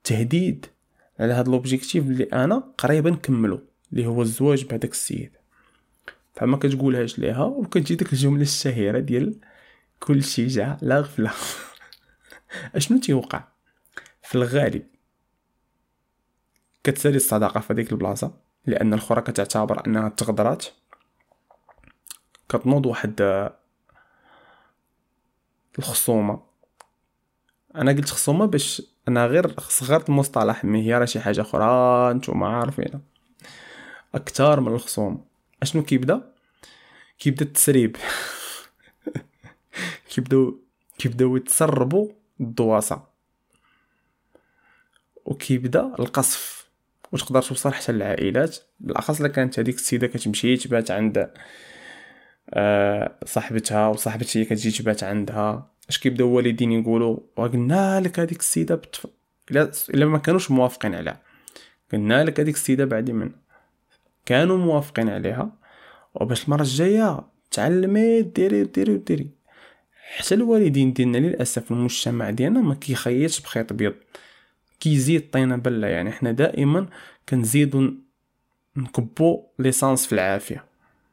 تهديد على هذا لوبجيكتيف اللي انا قريبا نكملو، اللي هو الزواج بهذاك السيد. فما كتقولهاش ليها، وكتجي ديك الجمله الشهيره ديال كل شيء جا لا غفله. اشنو تيوقع في الغالب؟ كتسالي الصداقه في هذيك البلاصه، لان الاخرى كتعتبر انها تغدرات. كتنوض واحد الخصومه. انا قلت خصومه باش انا غير صغرت المصطلح، مي هي راه شي حاجه اخرى نتوما عارفين. اكثر من الخصوم اشنو كيبدا؟ كيبدا التسريب. كيبداو كيبداو يتسربوا الدواسه، وكيبدا القصف، وتقدر توصل حتى للعائلات. بالاخص الا كانت هذيك السيده كتمشي تبات عند آه صاحبتها، وصاحبتها هي كتجي تبات عندها. اش كيبداو الوالدين يقولوا؟ وقلنا لك هذيك السيده بتف... الا الا ما كانوش موافقين عليها، قلنا لك هذيك السيده بعد من كانوا موافقين عليها، وباش المره الجايه تعلمي ديري ديري ديري. حتى الوالدين ديالنا للاسف المجتمع ديالنا ما كيخيطش بخيط ابيض، كيزيد طينه بله. يعني احنا دائما كنزيدوا نكبوا ليسانس في العافيه.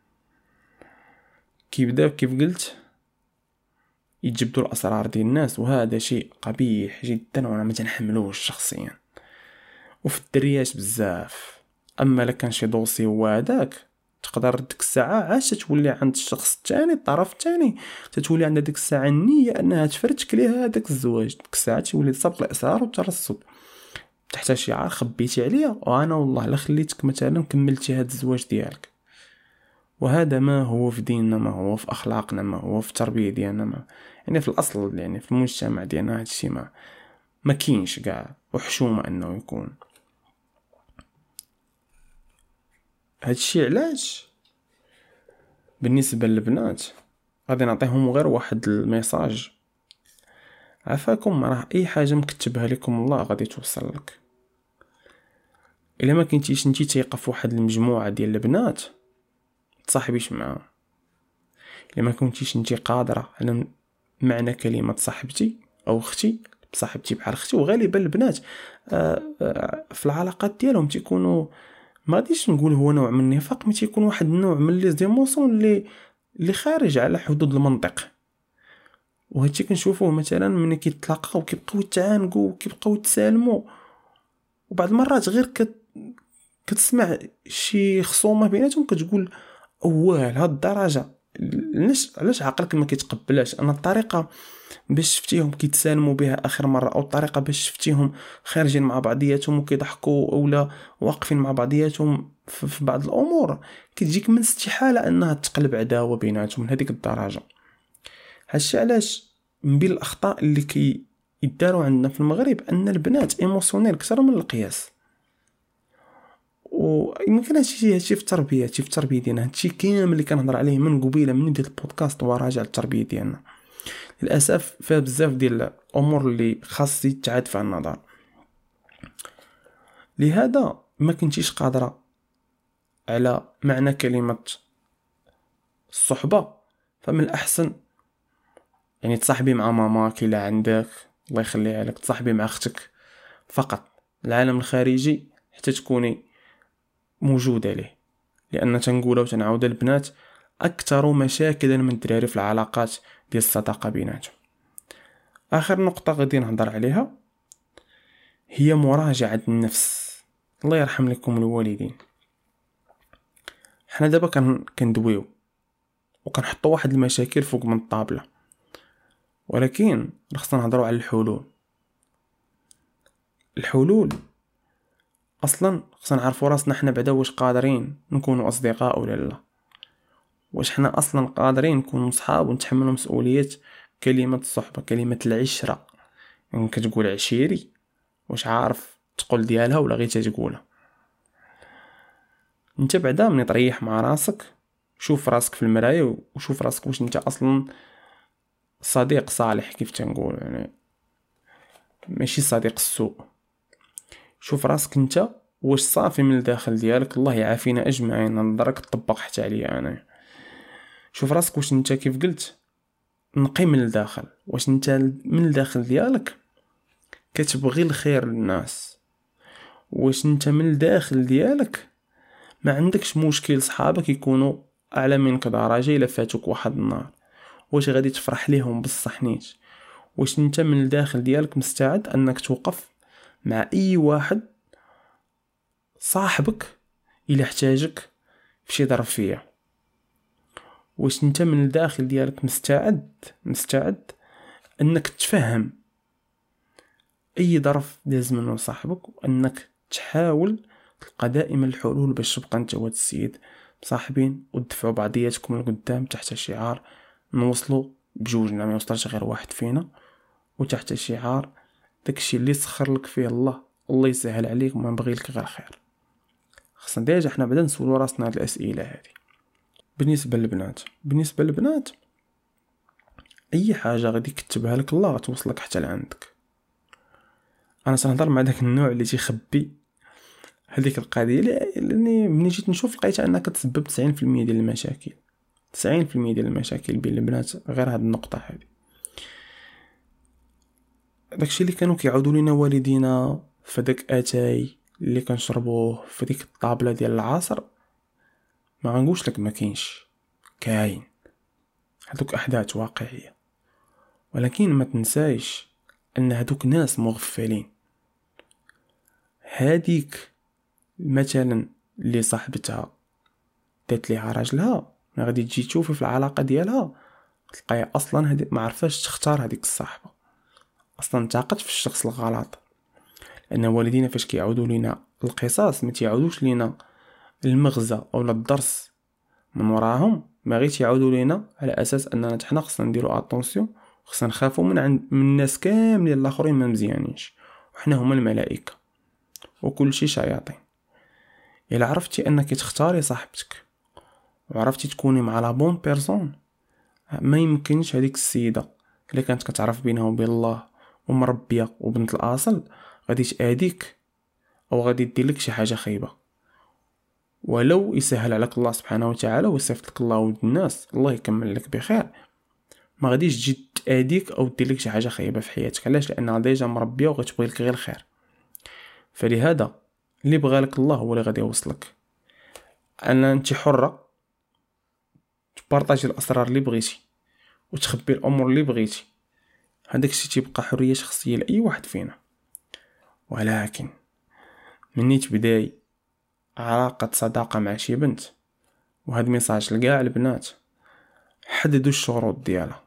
كيبدا كيف قلت يتجبدوا الاسرار ديال الناس، وهذا شيء قبيح جدا وانا ما تنحملوش شخصيا، وفي الدريات بزاف. اما لك كان شي دوسي هو هذاك، تقدر ديك الساعه عاش تولي عند الشخص الثاني، الطرف الثاني تتولي عند ديك الساعه النيه انها تفرتك ليها هذاك الزواج. ديك الساعه تولي سبق الاصرار والترصد تحت شعار خبيتي عليا، وانا والله لا خليتك مثلا كملتي هذا الزواج ديالك. وهذا ما هو في ديننا، ما هو في اخلاقنا، ما هو في التربيه ديالنا، ما يعني في الاصل يعني في المجتمع ديالنا هذا الشيء ما ما كاينش كاع، وحشومه انه يكون هذا الشيء. علاش بالنسبه للبنات غادي نعطيهم غير واحد الميساج، عافاكم، راه اي حاجه مكتبها لكم الله غادي توصل لك. الا ما كنتيش انتي تيقه في واحد المجموعه ديال البنات تصاحبيش معاهم. الا ما كنتيش انتي قادره على معنى كلمه صاحبتي او اختي، صاحبتي بحال اختي. وغالبا البنات آآ آآ في العلاقات ديالهم تيكونوا، ما غاديش نقول هو نوع من النفاق، مي تيكون واحد النوع من لي زيموسيون اللي اللي خارج على حدود المنطق. وهادشي كنشوفوه مثلا ملي كيتلاقاو كيبقاو يتعانقوا وكيبقاو يتسالموا، وبعض المرات غير كت... كتسمع شي خصومه بيناتهم كتقول اواه لهاد الدرجه. علاش علاش عقلك ما كيتقبلاش ان الطريقه باش شفتيهم كيتسالموا بها اخر مره، او الطريقه باش شفتيهم خارجين مع بعضياتهم وكيضحكوا اولا واقفين مع بعضياتهم في بعض الامور، كتجيك من استحاله انها تقلب عداوه بيناتهم لهذيك الدرجه. هادشي علاش من بين الاخطاء اللي كي يداروا عندنا في المغرب ان البنات ايموشنيل اكثر من القياس. ويمكن هادشي هادشي في التربيه، هادشي في التربيه ديالنا، هادشي كامل اللي كنهضر عليه من قبيله من ديال البودكاست وراجع التربيه ديالنا. للاسف فيها بزاف ديال الامور اللي خاص يتعاد فيها النظر. لهذا ما كنتيش قادره على معنى كلمه الصحبه، فمن الاحسن يعني تصاحبي مع ماماك الا عندك الله يخليها لك، تصاحبي مع اختك فقط. العالم الخارجي حتى تكوني موجوده ليه، لان تنقولوا وتنعاود البنات اكثر مشاكلا من الدراري في العلاقات ديال الصداقه بيناتهم. اخر نقطه غادي نهضر عليها هي مراجعه النفس. الله يرحم لكم الوالدين. حنا دابا كن كندويو وكنحطوا واحد المشاكل فوق من الطابله، ولكن خصنا نهضروا على الحلول. الحلول اصلا خصنا نعرفوا راسنا حنا بعدا واش قادرين نكونوا اصدقاء ولا لا، واش حنا اصلا قادرين نكونوا صحاب ونتحملوا مسؤوليه كلمه الصحبه، كلمه العشره. يعني كتقول عشيري واش عارف تقول ديالها ولا غير تتقولها؟ انت بعدا من تريح مع راسك شوف راسك في المرايه وشوف راسك واش انت اصلا صديق صالح كيف تنقول، يعني ماشي صديق السوء. شوف راسك انت واش صافي من الداخل ديالك. الله يعافينا اجمعين، نضرك تطبق حتى عليا انا. شوف راسك واش انت كيف قلت نقي من الداخل، واش انت من الداخل ديالك كتبغي الخير للناس، واش انت من الداخل ديالك ما عندكش مشكل صحابك يكونوا اعلى منك درجه الا فاتوك واحد النهار، واش غادي تفرح ليهم بصح نيت؟ واش انت من الداخل ديالك مستعد انك توقف مع اي واحد صاحبك الا احتاجك فشي ظرفيه؟ واش انت من الداخل ديالك مستعد مستعد انك تفهم اي ظرف داز منه صاحبك، وانك تحاول تلقى دائما الحلول باش تبقى انت وهاد السيد مصاحبين وتدفعوا بعضياتكم لقدام تحت شعار نوصلوا بجوجنا، ما يوصلش غير واحد فينا، وتحت شعار داكشي اللي سخر لك فيه الله الله يسهل عليك وما نبغي لك غير خير. خصنا ديجا حنا بعدا نسولوا راسنا هاد الاسئله هذه. بالنسبه للبنات بالنسبه للبنات اي حاجه غادي يكتبها لك الله غتوصلك حتى لعندك. انا سنهضر مع داك النوع اللي تيخبي هذيك القضيه، لاني ملي جيت نشوف لقيت انها كتسبب تسعين في المية ديال المشاكل تسعين في المية ديال المشاكل بين البنات غير هاد النقطه هذه. داكشي اللي كانوا كيعاودوا لينا والدينا فداك اتاي اللي كنشربوه في ديك الطابله ديال العصر، ما غنقولش لك ما كاينش، كاين هذوك احداث واقعيه، ولكن ما تنسايش ان هذوك ناس مغفلين. هاديك مثلا اللي صاحبتها دات ليها راجلها، ما غادي تجي تشوفي في العلاقه ديالها تلقاي اصلا هذيك ما عرفاش تختار هذيك الصاحبه، اصلا تعاقدت في الشخص الغلط. لان والدينا فاش كيعاودوا لينا القصص ما تيعاودوش لينا المغزى او الدرس من وراهم، ما غير تيعاودوا لينا على اساس اننا حنا خصنا نديروا اتونسيون، خصنا نخافوا من عند من الناس كاملين الاخرين ما مزيانينش، وحنا هما الملائكه وكل شيء شياطين. الا عرفتي انك تختاري صاحبتك وعرفتي تكوني مع لا بون بيرسون، ما يمكنش هذيك السيده اللي كانت كتعرف بينها وبين الله ومربيه وبنت الاصل غادي تاذيك او غادي دير لك شي حاجه خايبه. ولو يسهل عليك الله سبحانه وتعالى ويصيفط لك الله ود الناس الله يكمل لك بخير، ما غاديش تجي تاذيك او دير لك شي حاجه خايبه في حياتك. علاش؟ لانها ديجا مربيه وغتبغي لك غير الخير. فلهذا اللي بغالك الله هو اللي غادي يوصلك. انا انت حره تبارطاجي الاسرار اللي بغيتي وتخبي الامور اللي بغيتي، هذاك الشيء تيبقى حريه شخصيه لاي واحد فينا. ولكن مني تبداي علاقه صداقه مع شي بنت، وهذا ميساج لكاع البنات، حددوا الشروط ديالها.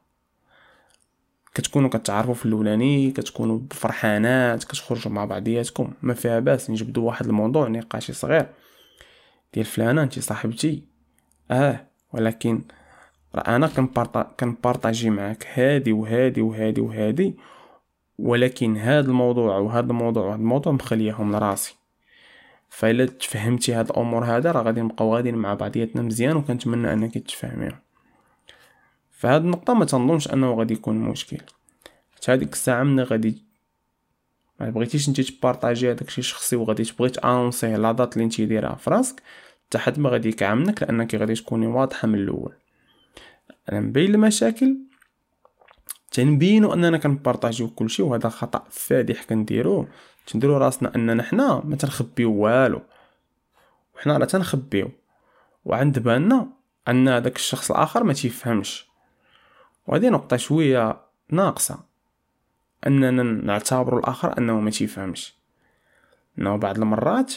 كتكونوا كتعرفوا في الاولاني، كتكونوا فرحانات، كتخرجوا مع بعضياتكم، ما فيها باس نجبدوا واحد الموضوع نقاشي صغير ديال فلانه انت صاحبتي اه ولكن راه انا كنبارطا كنبارطاجي معاك هادي وهادي وهادي وهادي، ولكن هاد الموضوع وهاد الموضوع وهاد الموضوع مخليهم لراسي. فإلا تفهمتي هاد الامور هذا راه غادي نبقاو غاديين مع بعضياتنا مزيان، وكنتمنى انك تفهميهم. فهاد النقطه ما تنظنش انه غادي يكون مشكل. حتى هذيك الساعه من غادي ما بغيتيش انت تبارطاجي هذاك الشيء شخصي وغادي تبغي تانونسيه لا دات اللي انت دايرها في راسك، حتى حد ما غادي يكعمنك، لانك غادي تكوني واضحه من الاول. انا مبين المشاكل تنبينوا اننا كنبارطاجيو كل شيء، وهذا خطا فادح كنديروه. تنديروا راسنا اننا حنا ما تنخبيو والو، وحنا راه تنخبيو، وعند بالنا ان هذاك الشخص الاخر ما تيفهمش. وهذه نقطه شويه ناقصه، اننا نعتبر الاخر انه ما تيفهمش. انه بعض المرات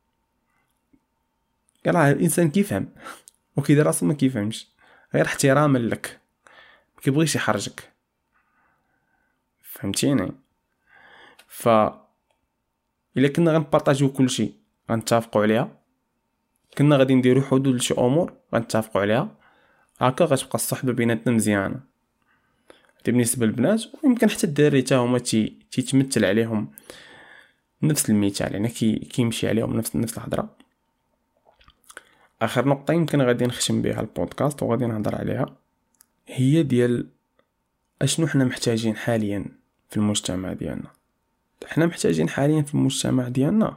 راه الانسان كيفهم وكيدير راسو ما كيفهمش، غير احتراما لك ما كيبغيش يحرجك. فهمتيني؟ ف الا كنا غنبارطاجيو كل شيء غنتفقوا عليها، كنا غادي نديرو حدود لشي امور غنتفقوا عليها، هكا غتبقى الصحبه بيناتنا مزيانه. هذه بالنسبه للبنات، ويمكن حتى الدراري حتى هما تي تيتمثل عليهم نفس المثال، يعني كي كيمشي عليهم نفس نفس الهضره. اخر نقطه يمكن غادي نختم بها البودكاست وغادي نهضر عليها، هي ديال اشنو حنا محتاجين حاليا في المجتمع ديالنا. حنا محتاجين حاليا في المجتمع ديالنا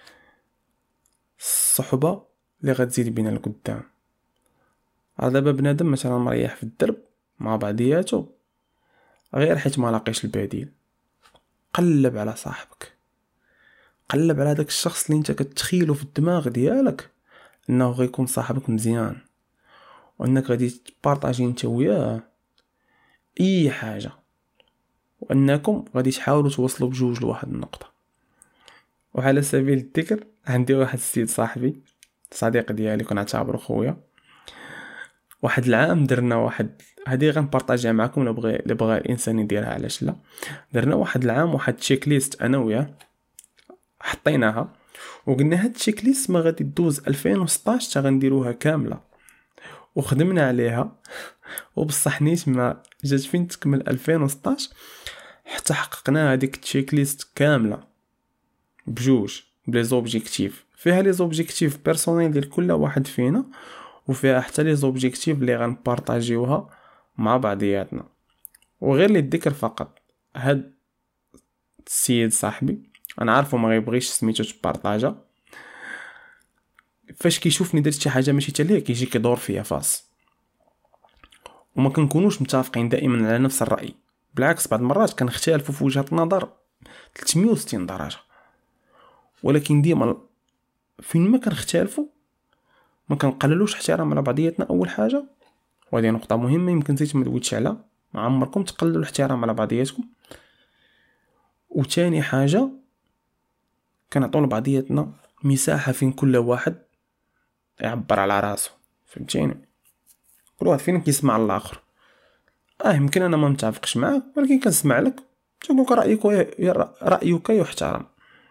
الصحبه اللي غتزيد بينا لقدام. دابا بنادم مثلا مريح في الدرب مع بعضياتو غير حيت ما لاقيش البديل، قلب على صاحبك، قلب على داك الشخص اللي انت كتخيله في الدماغ ديالك انه غيكون صاحبك مزيان، وانك غادي تبارطاجي انت وياه اي حاجه، وانكم غادي تحاولوا توصلوا بجوج لواحد النقطه. وعلى سبيل الذكر عندي واحد السيد صاحبي صديق ديالي كنعتبره خويا، واحد العام درنا واحد، هذه غنبارطاجيها معكم لو بغى اللي بغى الانسان يديرها علاش لا. درنا واحد العام واحد تشيك ليست انا وياه، حطيناها وقلنا هاد التشيك ليست ما غادي تدوز ألفين وستطاش حتى غنديروها كامله، وخدمنا عليها وبصح نيت ما جات فين تكمل ألفين وستطاش حتى حققنا هذيك التشيك ليست كامله بجوج بلي زوبجيكتيف، فيها لي زوبجيكتيف بيرسونيل ديال كل واحد فينا، وفيها حتى لي زوبجيكتيف اللي غنبارطاجيوها مع بعضياتنا. وغير للذكر فقط، هاد السيد صاحبي انا عارفه ما غيبغيش سميتو تبارطاجا، فاش كيشوفني درت شي حاجه ماشي حتى ليا كيجي كيدور فيا فاس، وما كنكونوش متفقين دائما على نفس الراي، بالعكس بعض المرات كنختلفوا في وجهه النظر ثلاثمية وستين درجه، ولكن ديما فين ما كنختلفوا ما كنقللوش احترام على بعضياتنا اول حاجه، وهذه نقطه مهمه يمكن زيت ما دويتش عليها، ما عمركم تقللوا الاحترام على بعضياتكم. وثاني حاجه كنعطوا لبعضياتنا مساحه فين كل واحد يعبر على راسه، فهمتيني؟ كل واحد فينا كيسمع الاخر، اه يمكن انا ما متفقش معاك ولكن كنسمع لك، تقولك رايك رايك يحترم.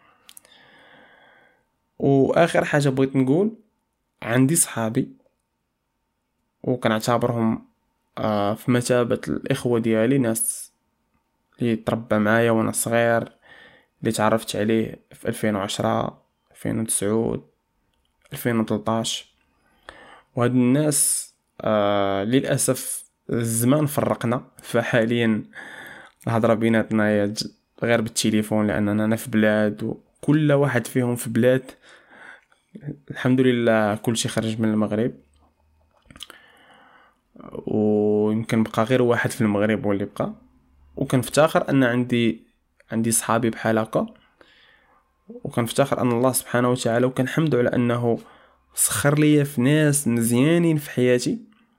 واخر حاجه بغيت نقول، عندي صحابي وكنعتبرهم آه في مثابه الاخوه ديالي، ناس اللي تربى معايا وانا صغير، اللي تعرفت عليه في ألفين وعشرة ألفين وتسعة ألفين وثلاثطاش. وهاد الناس آه للاسف الزمان فرقنا، فحاليا الهضره بيناتنا هي غير بالتليفون، لاننا انا في بلاد وكل واحد فيهم في بلاد، الحمد لله كل شيء خرج من المغرب، ويمكن بقى غير واحد في المغرب واللي بقى. وكنفتخر ان عندي عندي صحابي بحال هكا، وكنفتخر ان الله سبحانه وتعالى وكنحمدو على انه سخر ليا في ناس مزيانين في حياتي.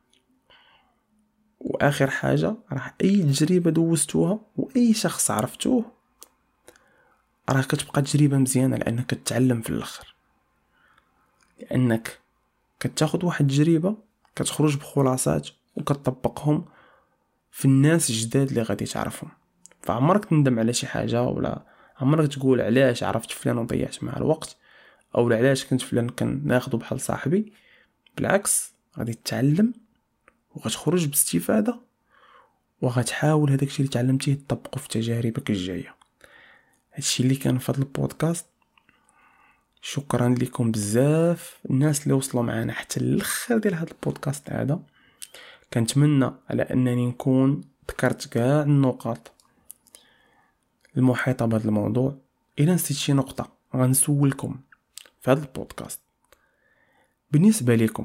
واخر حاجه، راه اي تجربه دوزتوها واي شخص عرفتوه راه كتبقى تجربه مزيانه، لانك كتعلم في الاخر، لانك كتاخذ واحد التجربه كتخرج بخلاصات وكتطبقهم في الناس الجداد اللي غادي تعرفهم. فعمرك تندم على شي حاجه، ولا عمرك تقول علاش عرفت فلان وضيعت مع الوقت، او علاش كنت فلان كناخذه بحال صاحبي. بالعكس غادي تتعلم وغتخرج باستفاده، وغتحاول هذاك الشيء اللي تعلمتيه تطبقه في تجاربك الجايه. هادشي اللي كان في هذا البودكاست. شكرا لكم بزاف الناس اللي وصلوا معنا حتى الاخر ديال هذا البودكاست هذا. كنتمنى على انني نكون ذكرت كاع النقاط المحيطه بهذا الموضوع. الا نسيت شي نقطه غنسولكم في هذا البودكاست. بالنسبه لكم،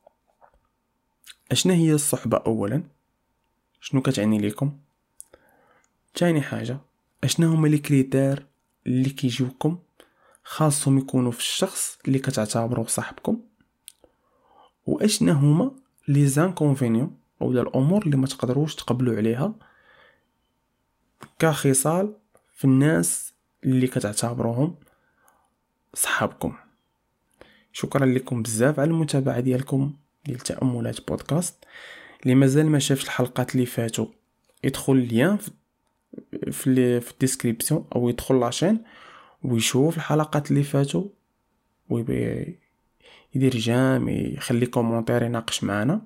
اشنا هي الصحبه؟ اولا شنو كتعني لكم؟ ثاني حاجه، اشنا هما لي كريتير اللي كيجيوكم خاصهم يكونوا في الشخص اللي كتعتبروه صاحبكم؟ واشنا هما لي زانكونفينيون او الامور اللي ما تقدروش تقبلوا عليها كخصال في الناس اللي كتعتبروهم صحابكم؟ شكرا لكم بزاف على المتابعه ديالكم ديال تاملات بودكاست. اللي مازال ما شافش الحلقات اللي فاتوا يدخل اللين في في, في الديسكريبسيون او يدخل لاشين ويشوف الحلقات اللي فاتوا ويبي يدير جام يخلي كومونتير يناقش معنا.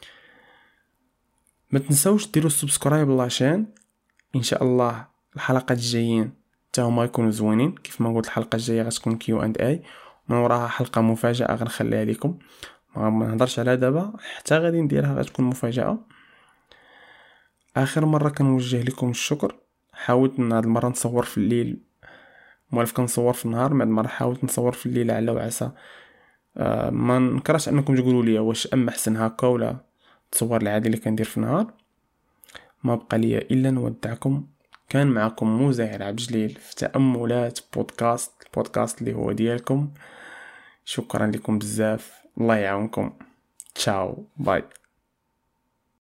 ما تنسوش ديروا سبسكرايب لاشين. ان شاء الله الحلقات الجايين حتى هما يكونوا زوينين. كيف ما قلت الحلقه الجايه غتكون كيو اند اي، من وراها حلقه مفاجاه غنخليها لكم، ما نهضرش على دابا حتى غادي نديرها غتكون مفاجاه. اخر مره كنوجه لكم الشكر. حاولت هاد المره نصور في الليل، موالف كنصور في النهار، مع المره حاولت نصور في الليل على وعسى آه ما نكرهش انكم تقولوا لي واش اما احسن هكا ولا تصور العادي اللي كندير في النهار. ما بقى ليا الا نودعكم. كان معكم مزهر عبد الجليل في تأملات بودكاست البودكاست اللي هو ديالكم. شكرا لكم بزاف، الله يعاونكم. تشاو باي.